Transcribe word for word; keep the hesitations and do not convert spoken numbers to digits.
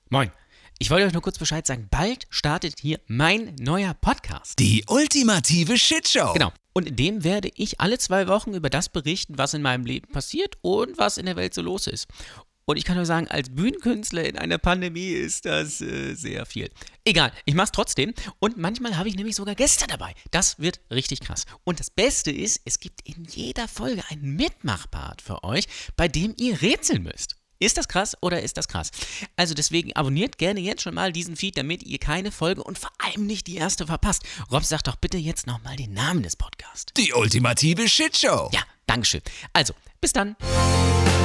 Moin. Ich wollte euch nur kurz Bescheid sagen, bald startet hier mein neuer Podcast. Die ultimative Shitshow. Genau. Und in dem werde ich alle zwei Wochen über das berichten, was in meinem Leben passiert und was in der Welt so los ist. Und ich kann nur sagen, als Bühnenkünstler in einer Pandemie ist das äh, sehr viel. Egal, ich mach's trotzdem. Und manchmal habe ich nämlich sogar Gäste dabei. Das wird richtig krass. Und das Beste ist, es gibt in jeder Folge einen Mitmachpart für euch, bei dem ihr rätseln müsst. Ist das krass oder ist das krass? Also deswegen abonniert gerne jetzt schon mal diesen Feed, damit ihr keine Folge und vor allem nicht die erste verpasst. Rob, sag doch bitte jetzt nochmal den Namen des Podcasts. Die ultimative Shitshow. Ja, Dankeschön. Also, bis dann.